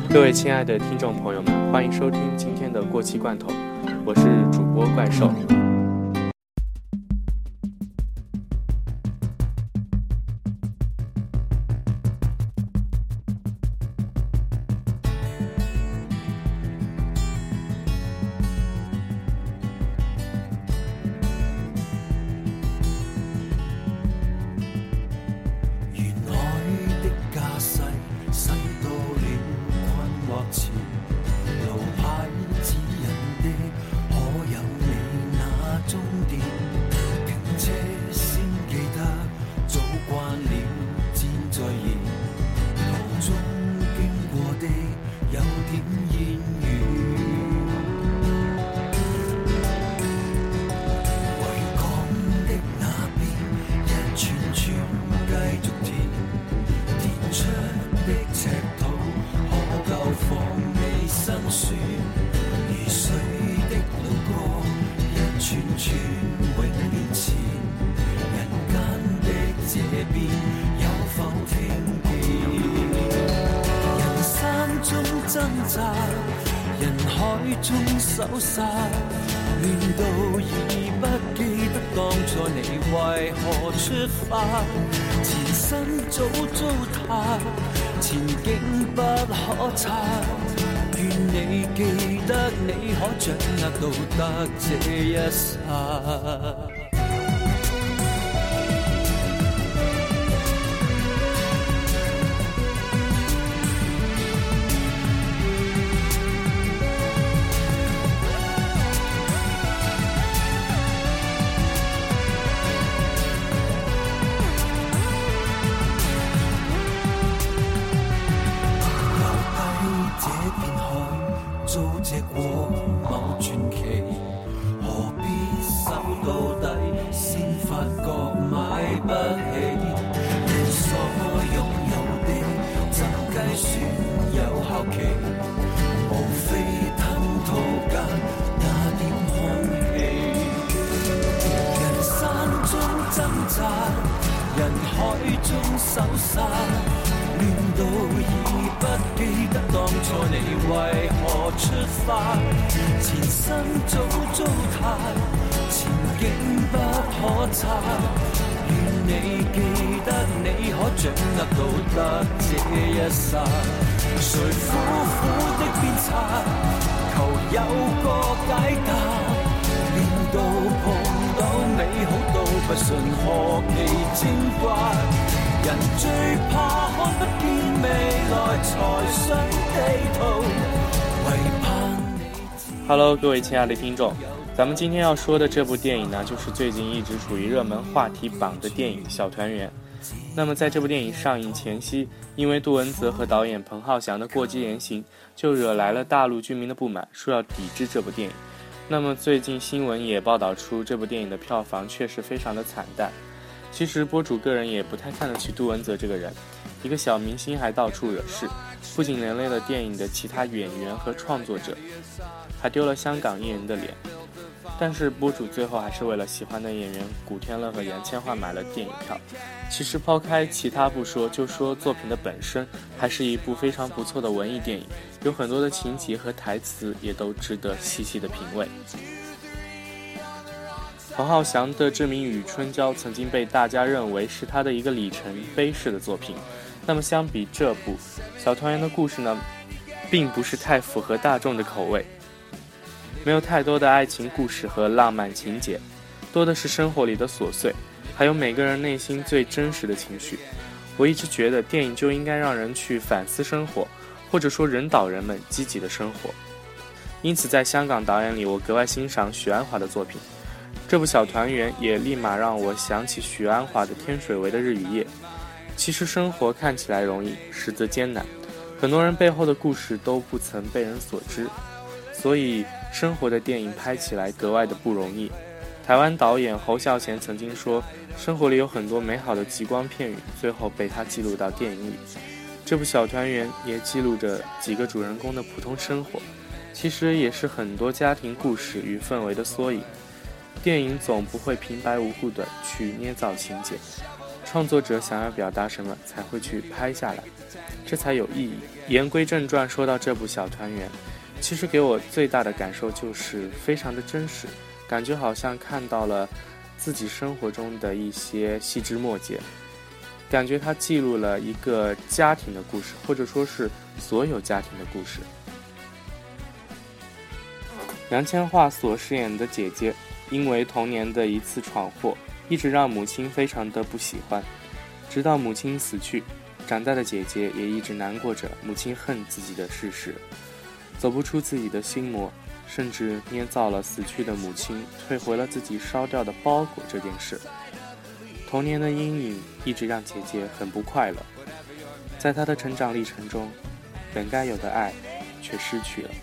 各位亲爱的听众朋友们，欢迎收听今天的过期罐头，我是主播怪兽。 挣扎，人海中搜殺，亂到已不記得當初你為何出發，前身早糟蹋，前景不可測，願你記得你可掌握到得這一剎。人海中搜殺，亂到已不記得當初你為何出發，前身早糟蹋，前景不可測，願你記得你可掌握到得這一剎，誰苦苦的鞭策，求有個解答，練到碰到美好都不信何其精怪，人最怕看不見未來才想地圖，唯怕你。 Hello， 各位亲爱的听众，咱们今天要说的这部电影呢，就是最近一直处于热门话题榜的电影《小团圆》。那么在这部电影上映前夕，因为杜文泽和导演彭浩翔的过激言行，就惹来了大陆居民的不满，说要抵制这部电影。那么最近新闻也报道出这部电影的票房确实非常的惨淡。其实播主个人也不太看得起杜文泽这个人，一个小明星还到处惹事，不仅连累了电影的其他演员和创作者，还丢了香港艺人的脸。但是播主最后还是为了喜欢的演员古天乐和杨千嬅买了电影票。其实抛开其他不说，就说作品的本身，还是一部非常不错的文艺电影，有很多的情节和台词也都值得细细的品味。彭浩翔的《志明与春娇》曾经被大家认为是他的一个里程碑式的作品，那么相比这部小团圆的故事呢，并不是太符合大众的口味，没有太多的爱情故事和浪漫情节，多的是生活里的琐碎，还有每个人内心最真实的情绪。我一直觉得电影就应该让人去反思生活，或者说引导人们积极的生活。因此在香港导演里，我格外欣赏许鞍华的作品。这部《小团圆》也立马让我想起许鞍华的《天水围的日与夜》。其实生活看起来容易，实则艰难，很多人背后的故事都不曾被人所知，所以生活的电影拍起来格外的不容易。台湾导演侯孝贤曾经说，生活里有很多美好的极光片语，最后被他记录到电影里。这部《小团圆》也记录着几个主人公的普通生活，其实也是很多家庭故事与氛围的缩影。电影总不会平白无故的去捏造情节， 创作者想要表达什么才会去拍下来，这才有意义。言归正传，说到这部小团圆，其实给我最大的感受就是非常的真实，感觉好像看到了自己生活中的一些细枝末节，感觉它记录了一个家庭的故事，或者说是所有家庭的故事。杨千嬅所饰演的姐姐，因为童年的一次闯祸，一直让母亲非常的不喜欢，直到母亲死去，长大的姐姐也一直难过着母亲恨自己的事实，走不出自己的心魔，甚至捏造了死去的母亲退回了自己烧掉的包裹这件事。童年的阴影一直让姐姐很不快乐，在她的成长历程中，本该有的爱却失去了。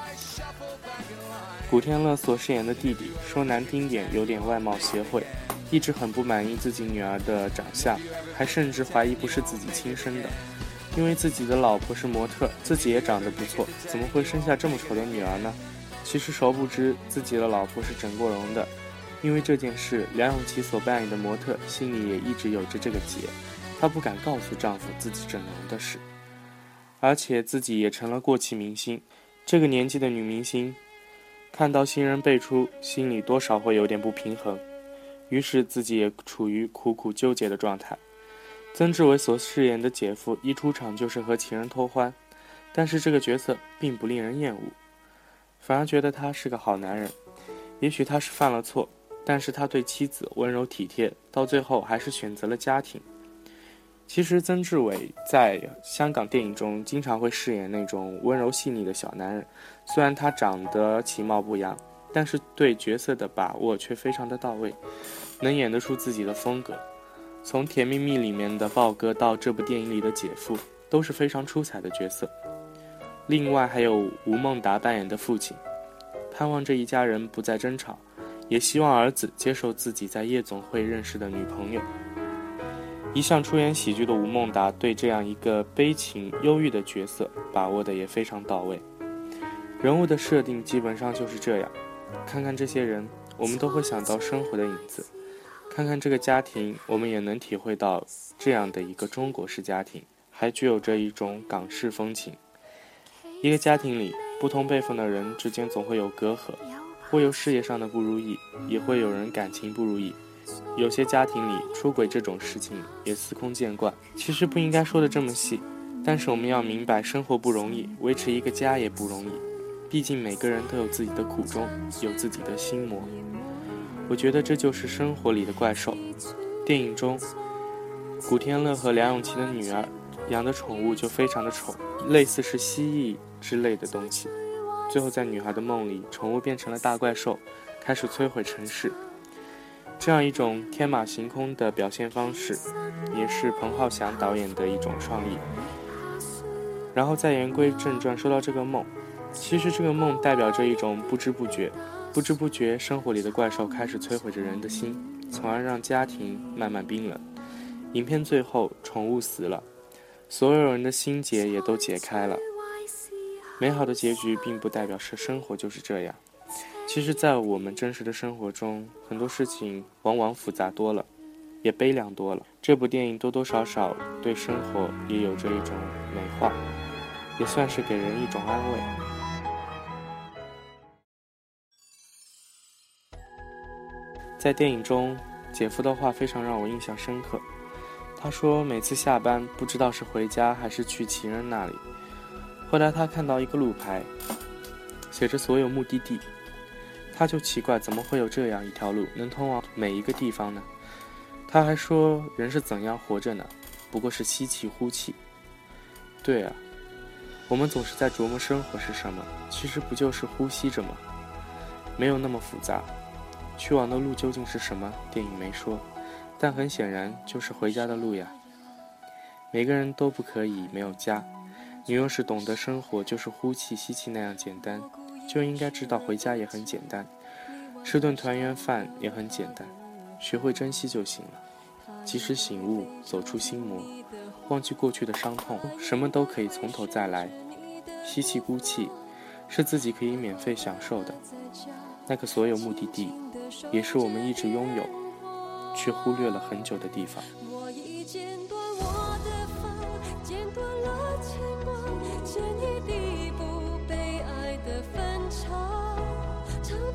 古天乐所饰演的弟弟，说难听点有点外貌协会，一直很不满意自己女儿的长相，还甚至怀疑不是自己亲生的，因为自己的老婆是模特，自己也长得不错，怎么会生下这么丑的女儿呢？其实殊不知自己的老婆是整过容的，因为这件事，梁咏琪所扮演的模特心里也一直有着这个结，她不敢告诉丈夫自己整容的事，而且自己也成了过气明星。这个年纪的女明星看到新人辈出，心里多少会有点不平衡，于是自己也处于苦苦纠结的状态。曾志伟所饰演的姐夫一出场就是和情人偷欢，但是这个角色并不令人厌恶，反而觉得他是个好男人。也许他是犯了错，但是他对妻子温柔体贴，到最后还是选择了家庭。其实曾志伟在香港电影中经常会饰演那种温柔细腻的小男人，虽然他长得其貌不扬，但是对角色的把握却非常的到位，能演得出自己的风格。从《甜蜜蜜》里面的豹哥到这部电影里的姐夫，都是非常出彩的角色。另外还有吴孟达扮演的父亲，盼望这一家人不再争吵，也希望儿子接受自己在夜总会认识的女朋友。一向出演喜剧的吴孟达对这样一个悲情忧郁的角色把握的也非常到位，人物的设定基本上就是这样。看看这些人，我们都会想到生活的影子，看看这个家庭，我们也能体会到这样的一个中国式家庭还具有着一种港式风情。一个家庭里，不同辈分的人之间总会有隔阂，会有事业上的不如意，也会有人感情不如意，有些家庭里出轨这种事情也司空见惯。其实不应该说的这么细，但是我们要明白生活不容易，维持一个家也不容易，毕竟每个人都有自己的苦衷，有自己的心魔。我觉得这就是生活里的怪兽。电影中古天乐和梁咏琪的女儿养的宠物就非常的丑，类似是蜥蜴之类的东西，最后在女孩的梦里，宠物变成了大怪兽，开始摧毁城市。这样一种天马行空的表现方式，也是彭浩翔导演的一种创意。然后再言归正传，说到这个梦，其实这个梦代表着一种不知不觉，不知不觉生活里的怪兽开始摧毁着人的心，从而让家庭慢慢冰冷。影片最后宠物死了，所有人的心结也都解开了。美好的结局并不代表是生活就是这样，其实在我们真实的生活中，很多事情往往复杂多了，也悲凉多了。这部电影多多少少对生活也有着一种美化，也算是给人一种安慰。在电影中，姐夫的话非常让我印象深刻。他说每次下班不知道是回家还是去情人那里，后来他看到一个路牌，写着所有目的地，他就奇怪怎么会有这样一条路能通往每一个地方呢？他还说人是怎样活着呢？不过是吸气呼气。对啊，我们总是在琢磨生活是什么，其实不就是呼吸着吗？没有那么复杂。去往的路究竟是什么？电影没说，但很显然就是回家的路呀。每个人都不可以没有家，你若是懂得生活就是呼气吸气那样简单，就应该知道回家也很简单，吃顿团圆饭也很简单，学会珍惜就行了。及时醒悟，走出心魔，忘记过去的伤痛，什么都可以从头再来。吸气呼气是自己可以免费享受的，那个所有目的地也是我们一直拥有却忽略了很久的地方。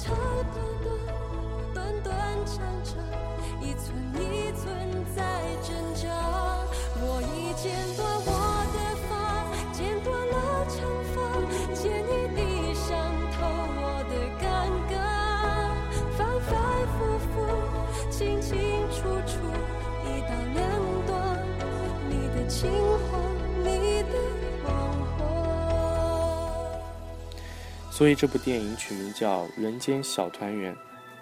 长短短短长长，一寸一寸在挣扎。我已剪断我的发，剪断了长发，剪你地上透我的尴尬，反反复复，清清楚楚，一刀两断，你的情话，你的谎话。 所以这部电影取名叫《人间小团圆》，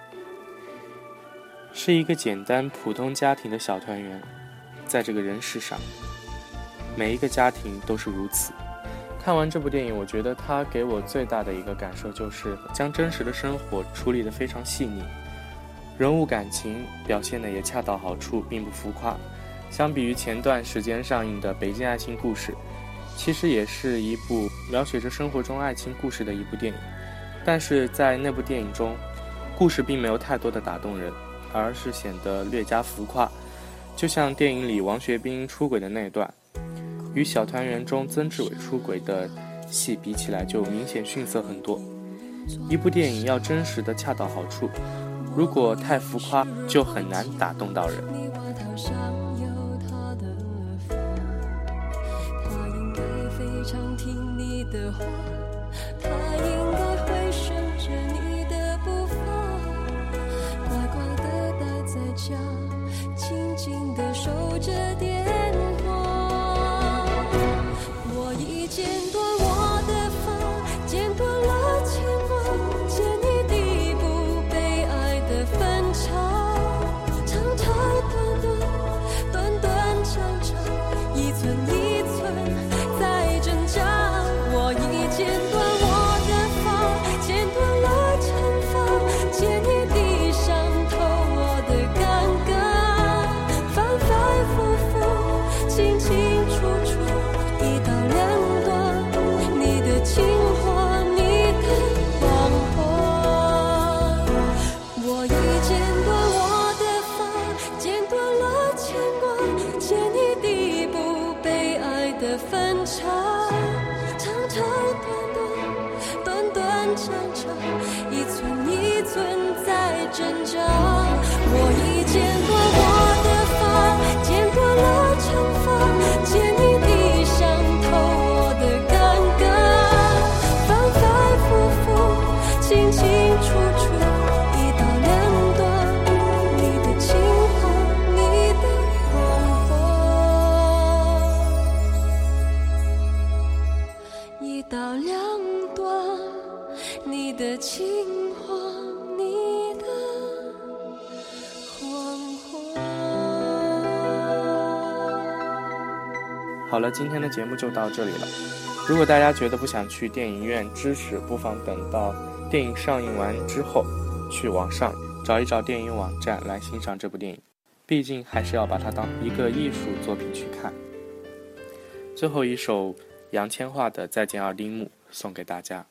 是一个简单普通家庭的小团圆。在这个人世上，每一个家庭都是如此。看完这部电影，我觉得它给我最大的一个感受就是将真实的生活处理得非常细腻，人物感情表现得也恰到好处，并不浮夸。相比于前段时间上映的《北京爱情故事》，其实也是一部描写着生活中爱情故事的一部电影，但是在那部电影中，故事并没有太多的打动人，而是显得略加浮夸。就像电影里王学兵出轨的那段，与小团圆中曾志伟出轨的戏比起来就明显逊色很多。一部电影要真实的恰到好处，如果太浮夸就很难打动到人。 你外套上有他的发，他应该非常听你的话，他应该会顺着你的步伐，乖乖的待在家，静静的守着电话。我已剪断我的发，剪断了牵挂，剪你第一步被爱的分岔，长长短短，短短长长，一寸一寸在挣扎。我已剪断我的发，剪断了长发，剪你地上透我的尴尬，反反复复，清清楚楚，一刀两断，你的情话，你的谎话。我已剪断我的发，剪断了牵挂，剪你第一步被爱的分岔，长长短短，短短长长，一寸一寸在挣扎。我已剪断我的发，剪断了长发，剪你地上透我的尴尬，反反复复，清清楚楚，一刀两断，你的情话，你的谎话，一刀两断，你的情话，你的谎话。 好了，今天的节目就到这里了。如果大家觉得不想去电影院支持，不妨等到电影上映完之后，去网上找一找电影网站来欣赏这部电影，毕竟还是要把它当一个艺术作品去看。最后一首杨千嬅的《再见二丁目》送给大家。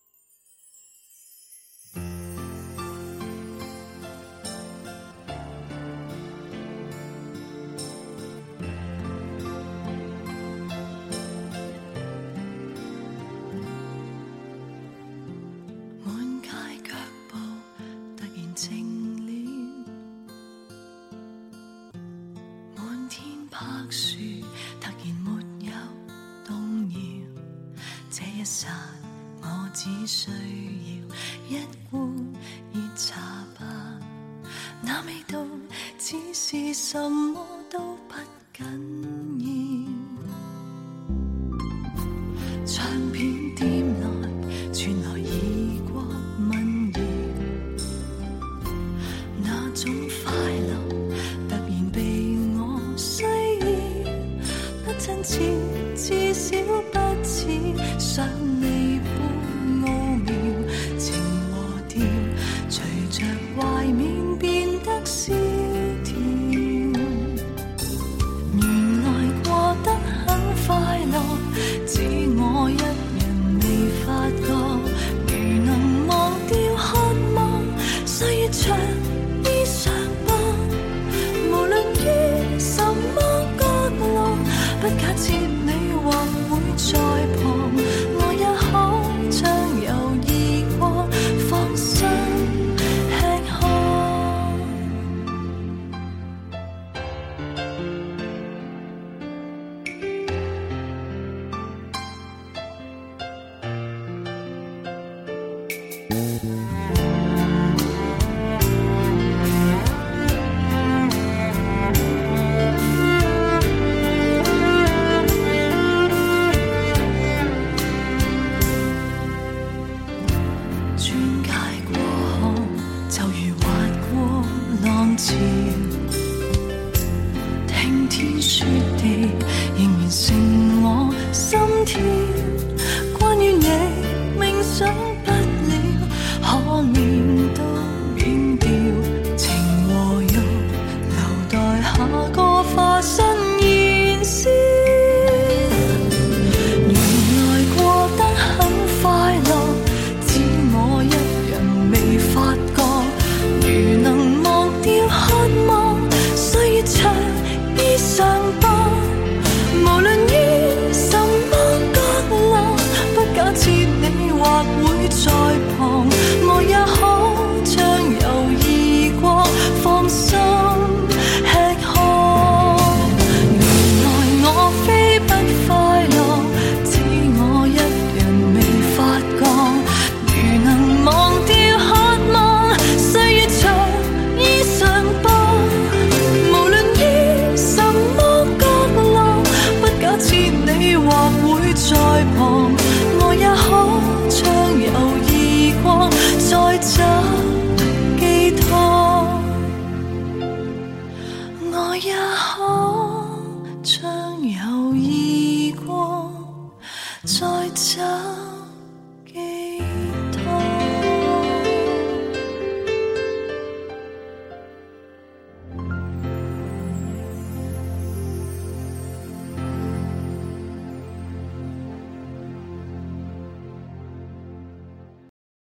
滿街腳步突然靜了，滿天柏樹突然沒有動搖，這一剎我只需要一碗熱茶吧，那味道只是什麼都不緊要。唱片店內傳來異國民謠，那種快樂突然被我需要，不親切，至少不似想你般奧妙，情和調隨着懷緬變得蕭條，原來過得笑。